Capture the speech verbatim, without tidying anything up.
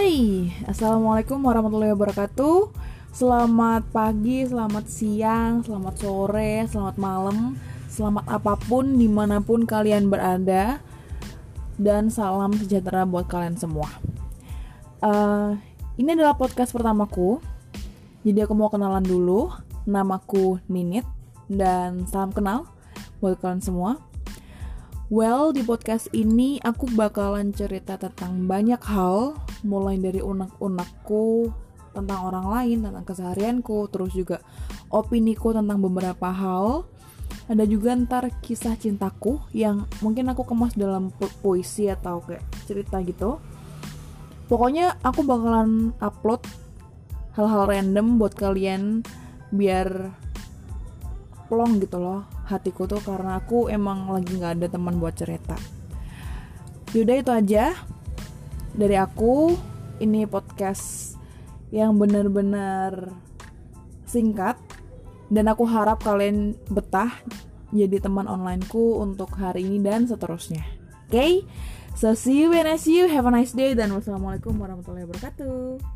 Hai, Assalamualaikum warahmatullahi wabarakatuh. Selamat pagi, selamat siang, selamat sore, selamat malam, selamat apapun dimanapun kalian berada. Dan salam sejahtera buat kalian semua. uh, Ini adalah podcast pertamaku. Jadi aku mau kenalan dulu. Namaku Ninit. Dan salam kenal buat kalian semua. Well, di podcast ini aku bakalan cerita tentang banyak hal, mulai dari unek-unekku tentang orang lain, tentang keseharianku, terus juga opiniku tentang beberapa hal. Ada juga ntar kisah cintaku yang mungkin aku kemas dalam pu- puisi atau kayak cerita gitu. Pokoknya aku bakalan upload hal-hal random buat kalian biar plong gitu loh hatiku tuh, karena aku emang lagi gak ada teman buat cerita. Yaudah, itu aja dari aku. Ini podcast yang benar-benar singkat, dan aku harap kalian betah jadi teman onlineku untuk hari ini dan seterusnya. Oke, okay? So see you when I see you. Have a nice day dan wassalamualaikum warahmatullahi wabarakatuh.